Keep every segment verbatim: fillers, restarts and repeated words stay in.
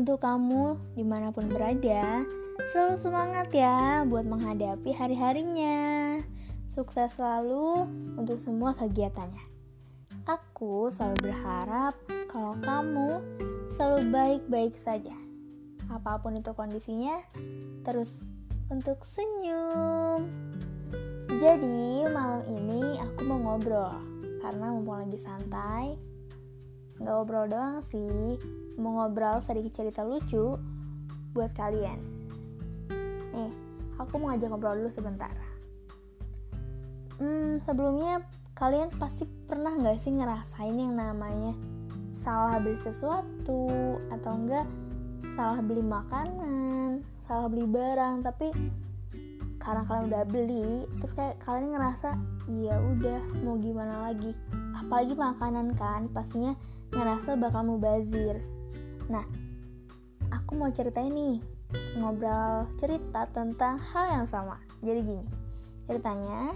Untuk kamu dimanapun berada, selalu semangat ya buat menghadapi hari-harinya. Sukses selalu untuk semua kegiatannya. Aku selalu berharap kalau kamu selalu baik-baik saja. Apapun itu kondisinya, terus untuk senyum. Jadi malam ini aku mau ngobrol, karena mumpung lagi santai. Gak ngobrol doang sih, mau ngobrol sedikit cerita lucu buat kalian. Nih, aku mau ngajak ngobrol dulu sebentar. Hmm, sebelumnya kalian pasti pernah gak sih ngerasain yang namanya salah beli sesuatu, atau enggak salah beli makanan, salah beli barang, tapi karena kalian udah beli, terus kayak kalian ngerasa ya udah mau gimana lagi. Apalagi makanan kan, pastinya ngerasa bakal mubazir. Nah, aku mau ceritain nih, ngobrol cerita tentang hal yang sama. Jadi gini, ceritanya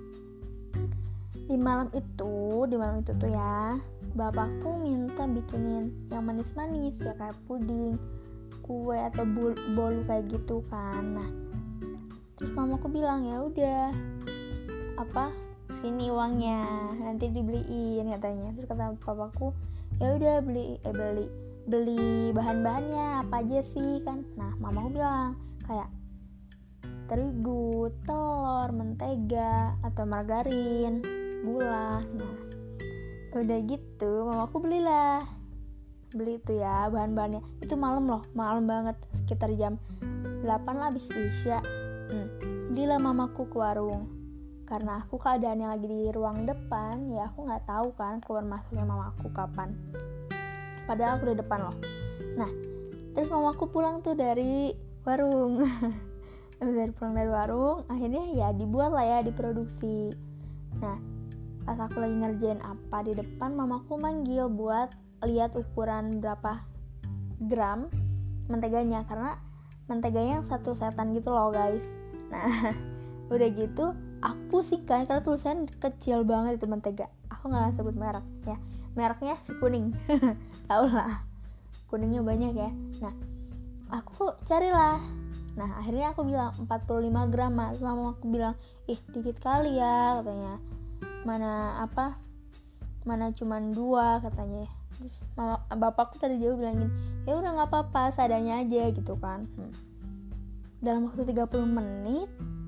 di malam itu, di malam itu tuh ya, bapakku minta bikinin yang manis-manis ya, kayak puding, kue atau bol- bolu kayak gitu kan. Nah, terus mamaku bilang ya udah, apa sini uangnya, nanti dibeliin katanya. Terus kata papaku ya udah beli eh beli beli bahan-bahannya apa aja sih kan. Nah, mamaku bilang kayak terigu, telur, mentega atau margarin, gula. Nah, udah gitu mamaku belilah beli itu ya bahan-bahannya. Itu malam loh, malam banget, sekitar jam delapan lah habis isya. hmm. Belilah mamaku ke warung. Karena aku keadaannya lagi di ruang depan, ya aku nggak tahu kan keluar masuknya mamaku kapan. Padahal aku di depan loh. Nah, terus mamaku pulang tuh dari warung. Habis dari pulang dari warung, akhirnya ya dibuat lah ya, diproduksi. Nah, pas aku lagi ngerjain apa di depan, mamaku manggil buat lihat ukuran berapa gram menteganya, karena menteganya satu setan gitu loh guys. Nah, udah gitu aku sih kan, karena tulisannya kecil banget itu mentega. Aku nggak sebut merek ya, mereknya si kuning. Tau lah, kuningnya banyak ya. Nah, aku carilah. Nah, akhirnya aku bilang empat puluh lima gram mas. Mama aku bilang, ih dikit kali ya katanya. Mana apa? Mana cuman dua katanya. Terus mama, bapakku tadi jauh bilangin, ya udah nggak apa-apa, seadanya aja gitu kan. Hmm. Dalam waktu tiga puluh menit.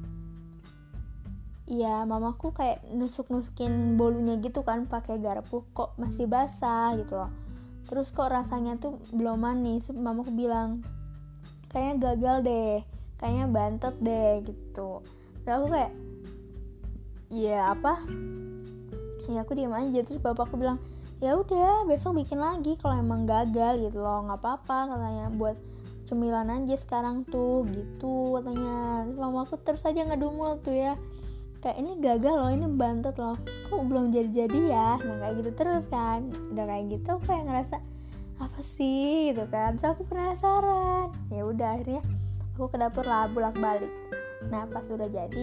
Iya, mamaku kayak nusuk-nusukin bolunya gitu kan pakai garpu, kok masih basah gitu loh. Terus kok rasanya tuh belum manis. Mamaku bilang, kayaknya gagal deh, kayaknya bantet deh gitu. Terus aku kayak, iya apa? Ya aku diam aja. Terus bapakku bilang, ya udah besok bikin lagi kalau emang gagal gitu loh, nggak apa-apa katanya, buat cemilan aja sekarang tuh gitu katanya. Terus mamaku terus aja ngedumul tuh ya, kayak ini gagal loh, ini bantet loh, kok belum jadi-jadi ya. Nah kayak gitu terus kan. Udah kayak gitu aku kayak ngerasa apa sih gitu kan. So aku penasaran. Ya udah akhirnya aku ke dapur lah bolak-balik. Nah pas udah jadi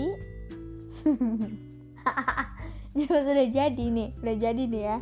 pas udah jadi nih udah jadi nih ya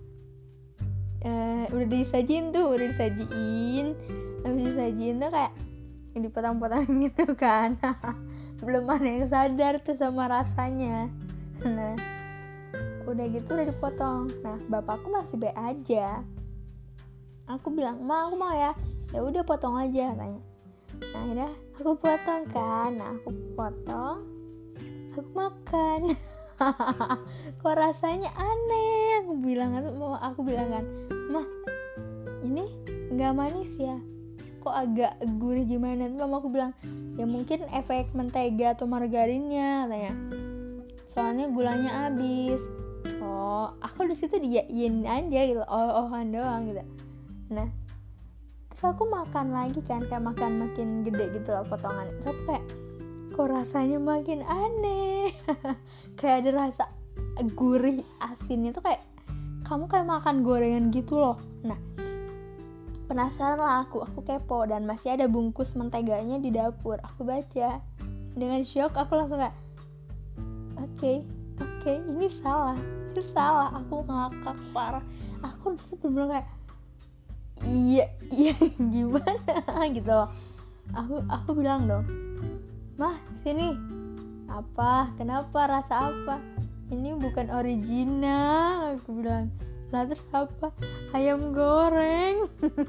uh, udah disajiin tuh udah disajiin habis disajiin tuh kayak dipotong-potong gitu kan. Belum ada yang sadar tuh sama rasanya. Nah udah gitu udah dipotong. Nah bapakku masih be aja. Aku bilang, ma aku mau ya. Ya udah potong aja katanya. Nah akhirnya aku potong kan. Nah aku potong, aku makan. Kok rasanya aneh. Aku bilang kan, aku bilang kan, ma ini nggak manis ya, kok agak gurih gimana. Mama aku bilang, ya mungkin efek mentega atau margarinnya katanya, soalnya gulanya habis. Oh, aku di situ diyain aja gitu, oh-ohan doang gitu. Nah, terus aku makan lagi kan, kayak makan makin gede gitu loh potongan. Terus aku kayak, kok rasanya makin aneh. Kayak ada rasa gurih asinnya tuh kayak kamu kayak makan gorengan gitu loh. Nah, penasaran lah aku, aku kepo, dan masih ada bungkus menteganya di dapur. Aku baca, dengan shock aku langsung kayak, oke, okay, oke, okay, ini salah, ini salah. Aku ngakak parah. Aku bener-bener kayak, iya iya gimana gitu loh. Aku aku bilang dong, mah sini, apa kenapa, rasa apa, ini bukan original, aku bilang. Lah terus apa, ayam goreng.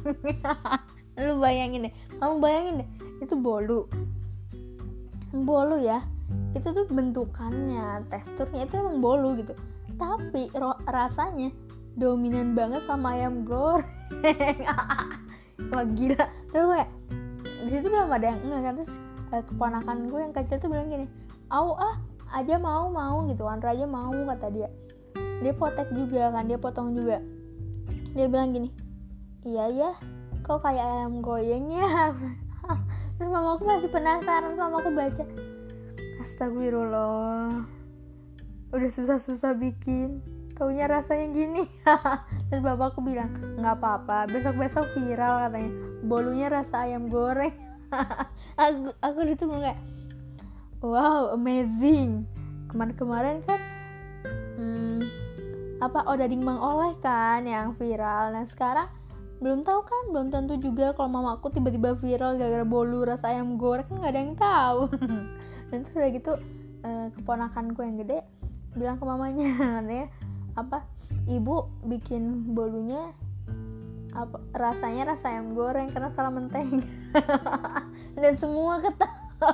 Lu bayangin deh, kamu bayangin deh, itu bolu bolu ya, itu tuh bentukannya, teksturnya itu emang bolu gitu, tapi ro- rasanya dominan banget sama ayam goreng. Wah gila. Terus kayak di situ belum ada yang enggak kan, terus eh, keponakan gue yang kecil tuh bilang gini, au ah aja mau mau gitu, Andra aja mau, kata dia. Dia potek juga kan, dia potong juga. Dia bilang gini, iya ya, kok kayak ayam goyangnya. Terus mamaku masih penasaran, mamaku baca, astagfirullah, udah susah-susah bikin, taunya rasanya gini. Terus bapakku bilang, nggak apa-apa, besok-besok viral katanya, bolunya rasa ayam goreng. aku aku itu kayak wow, amazing. Kemarin-kemarin kan hmm, apa odading Mang Oleh kan yang viral. Nah sekarang belum tahu kan, belum tentu juga kalau mamaku tiba-tiba viral gara-gara bolu rasa ayam goreng, kan nggak ada yang tahu. Dan terus udah gitu eh, keponakanku yang gede bilang ke mamanya, katanya apa, ibu bikin bolunya apa rasanya rasa ayam goreng karena salah mentega. Dan semua ketawa.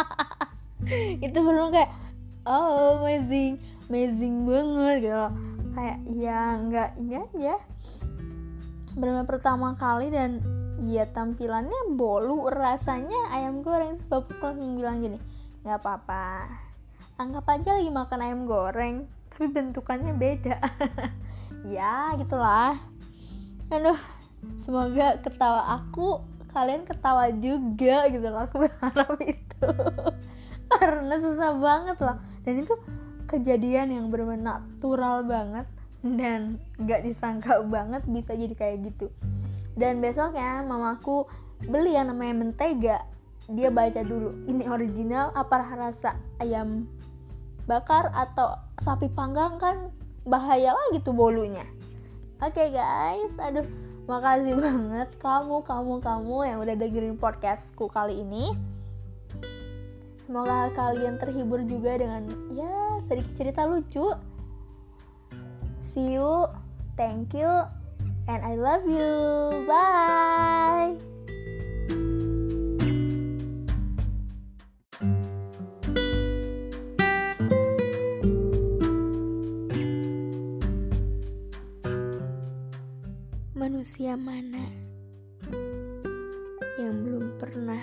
Itu bener kayak oh amazing amazing banget gitu loh. Kayak ya nggak ini aja, benar pertama kali, dan ya tampilannya bolu rasanya ayam goreng. Sebab langsung bilang gini, nggak apa-apa, anggap aja lagi makan ayam goreng tapi bentukannya beda. Ya gitulah. Aduh, semoga ketawa aku kalian ketawa juga gitu loh. Aku berharap itu. Karena susah banget loh, dan itu kejadian yang benar-benar natural banget dan gak disangka banget bisa jadi kayak gitu. Dan besoknya mamaku beli yang namanya mentega, dia baca dulu ini original apa rasa ayam bakar atau sapi panggang, kan bahaya lagi tuh bolunya. Oke okay guys, aduh makasih banget kamu kamu kamu yang udah dengerin podcastku kali ini. Semoga kalian terhibur juga dengan ya sedikit cerita lucu. See you, thank you, and I love you. Bye. Manusia mana yang belum pernah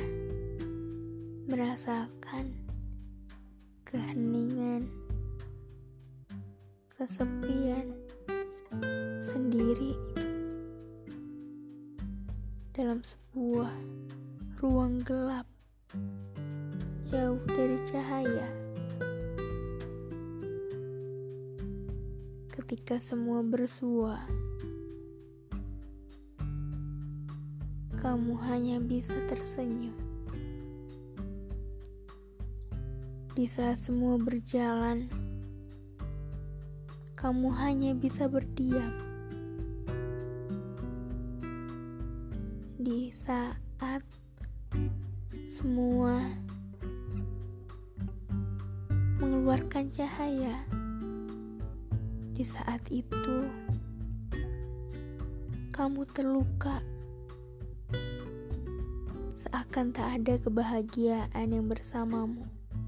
merasakan keheningan, kesepian sendiri dalam sebuah ruang gelap jauh dari cahaya, ketika semua bersua, kamu hanya bisa tersenyum. Di saat semua berjalan, kamu hanya bisa berdiam. Di saat semua mengeluarkan cahaya, di saat itu kamu terluka, seakan tak ada kebahagiaan yang bersamamu.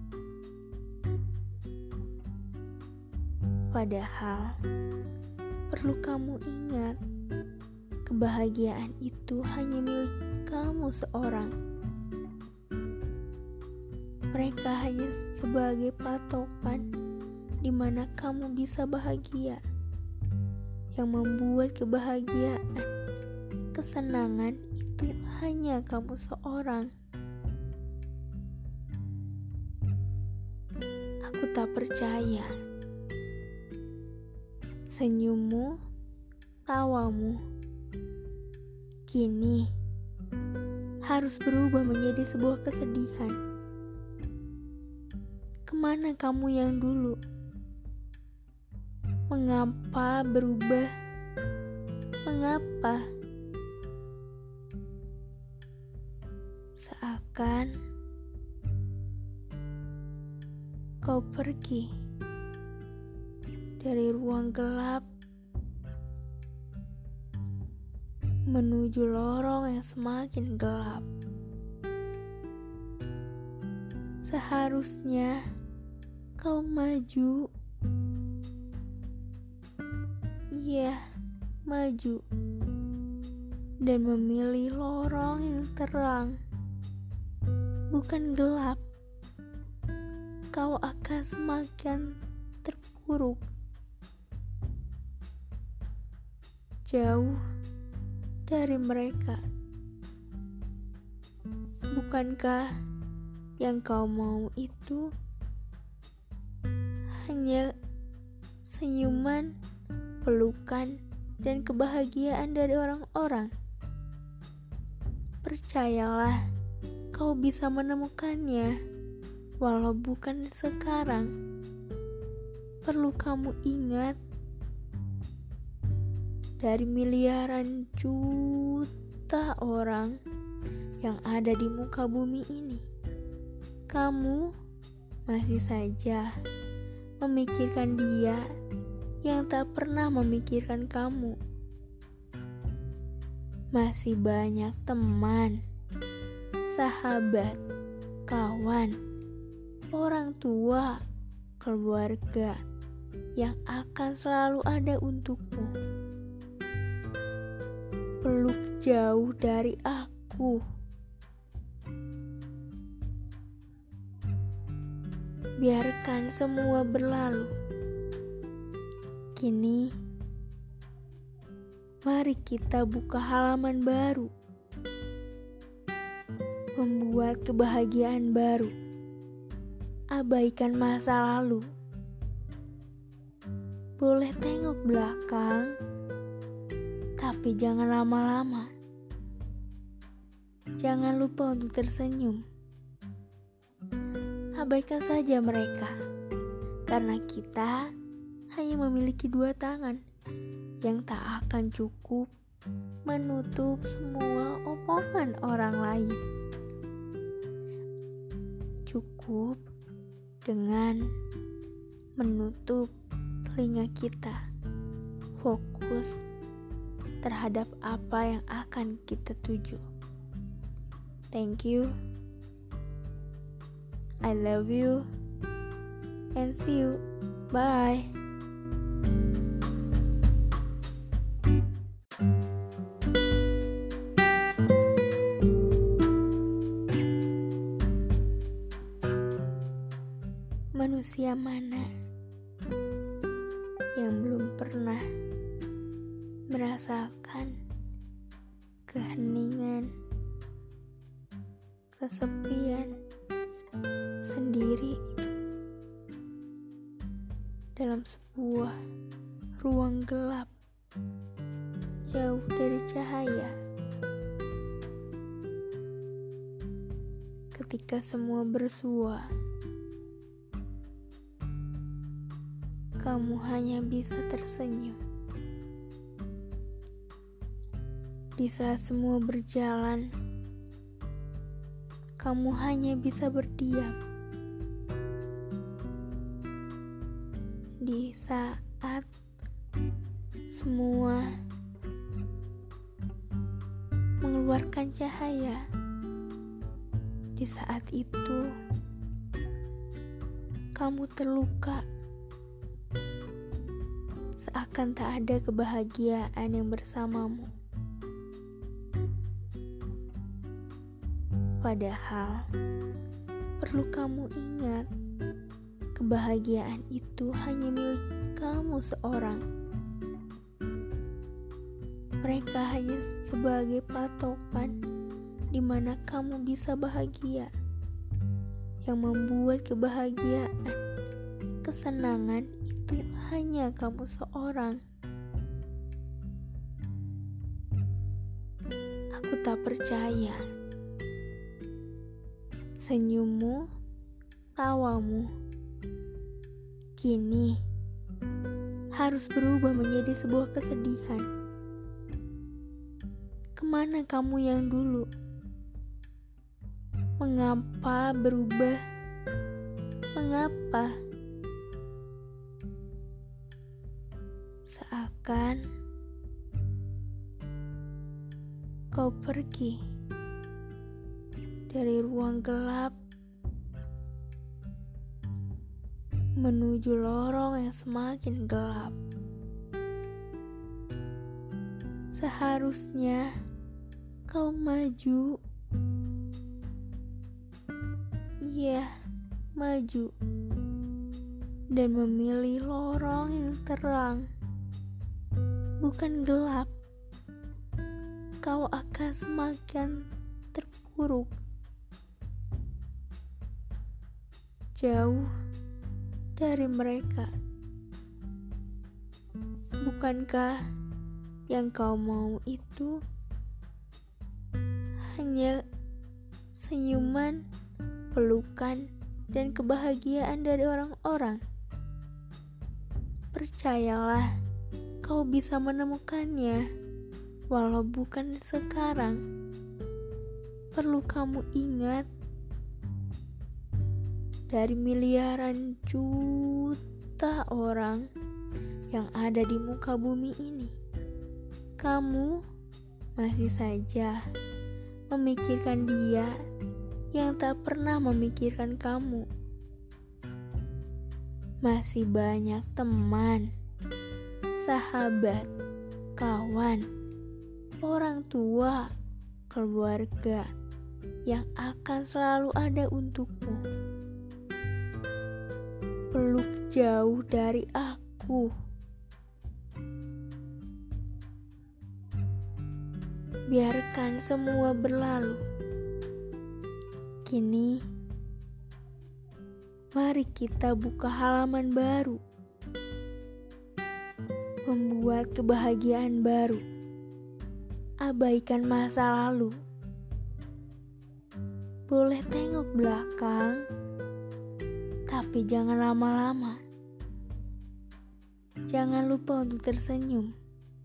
Padahal perlu kamu ingat, kebahagiaan itu hanya milik kamu seorang. Mereka hanya sebagai patokan di mana kamu bisa bahagia. Yang membuat kebahagiaan, kesenangan itu hanya kamu seorang. Aku tak percaya senyummu, tawamu kini harus berubah menjadi sebuah kesedihan. Kemana kamu yang dulu? Mengapa berubah? Mengapa? Seakan kau pergi dari ruang gelap menuju lorong yang semakin gelap. Seharusnya kau maju. Iya, maju dan memilih lorong yang terang, bukan gelap. Kau akan semakin terpuruk, jauh dari mereka. Bukankah yang kau mau itu hanya senyuman, pelukan, dan kebahagiaan dari orang-orang? Percayalah, kau bisa menemukannya, walau bukan sekarang. Perlu kamu ingat, dari miliaran juta orang yang ada di muka bumi ini, kamu masih saja memikirkan dia yang tak pernah memikirkan kamu. Masih banyak teman, sahabat, kawan, orang tua, keluarga yang akan selalu ada untukmu. Peluk jauh dari aku. Biarkan semua berlalu. Kini, mari kita buka halaman baru, membuat kebahagiaan baru. Abaikan masa lalu. Boleh tengok belakang, tapi jangan lama-lama. Jangan lupa untuk tersenyum. Abaikan saja mereka, karena kita hanya memiliki dua tangan yang tak akan cukup menutup semua omongan orang lain. Cukup dengan menutup telinga kita, fokus terhadap apa yang akan kita tuju. Thank you. I love you and see you. Bye. Manusia mana yang belum pernah merasakan keheningan, kesepian sendiri dalam sebuah ruang gelap jauh dari cahaya? Ketika semua bersua, kamu hanya bisa tersenyum. Di saat semua berjalan, kamu hanya bisa berdiam. Di saat semua mengeluarkan cahaya, di saat itu kamu terluka. Seakan tak ada kebahagiaan yang bersamamu. Padahal perlu kamu ingat, kebahagiaan itu hanya milik kamu seorang. Mereka hanya sebagai patokan di mana kamu bisa bahagia. Yang membuat kebahagiaan, kesenangan itu hanya kamu seorang. Aku tak percaya. Senyummu, tawamu, kini harus berubah menjadi sebuah kesedihan. Kemana kamu yang dulu Mengapa berubah? Mengapa? Seakan kau pergi dari ruang gelap menuju lorong yang semakin gelap. Seharusnya kau maju. Iya, maju dan memilih lorong yang terang, bukan gelap. Kau akan semakin terpuruk, jauh dari mereka. Bukankah yang kau mau itu hanya senyuman, pelukan, dan kebahagiaan dari orang-orang? Percayalah, kau bisa menemukannya. Walau bukan sekarang. Perlu kamu ingat, dari miliaran juta orang yang ada di muka bumi ini, kamu masih saja memikirkan dia yang tak pernah memikirkan kamu. Masih banyak teman, sahabat, kawan, orang tua, keluarga yang akan selalu ada untukmu. Peluk jauh dari aku. Biarkan semua berlalu. Kini, mari kita buka halaman baru. Membuat kebahagiaan baru. Abaikan masa lalu. Boleh tengok belakang, tapi jangan lama-lama. Jangan lupa untuk tersenyum.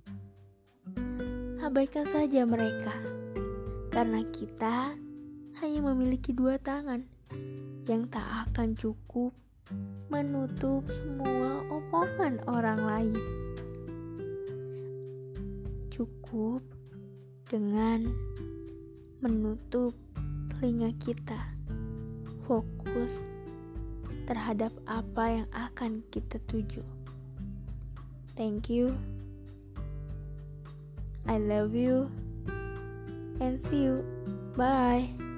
Abaikan saja mereka, karena kita hanya memiliki dua tangan yang tak akan cukup menutup semua omongan orang lain. Cukup dengan menutup telinga kita, fokus terhadap apa yang akan kita tuju. Thank you, I love you, and see you. Bye.